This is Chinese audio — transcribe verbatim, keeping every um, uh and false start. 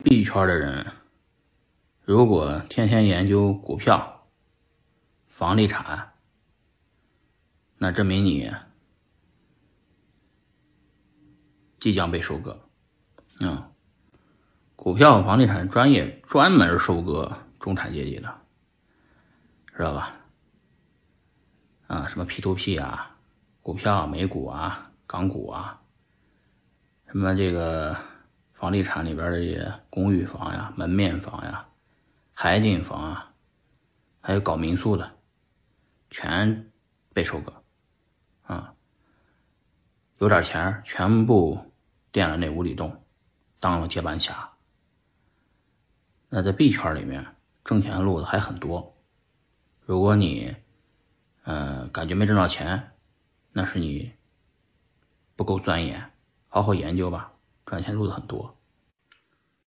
币圈的人，如果天天研究股票、房地产，那证明你即将被收割。嗯，股票、房地产专业专门收割中产阶级的，知道吧？啊，什么 P to P 啊，股票、美股啊、港股啊，什么这个房地产里边的这些公寓房呀、门面房呀、海景房啊，还有搞民宿的，全被收割啊！有点钱，全部垫了那无底洞，当了接盘侠。那在币圈里面挣钱的路子还很多，如果你呃感觉没挣到钱，那是你不够钻研，好好研究吧，赚钱路子很多。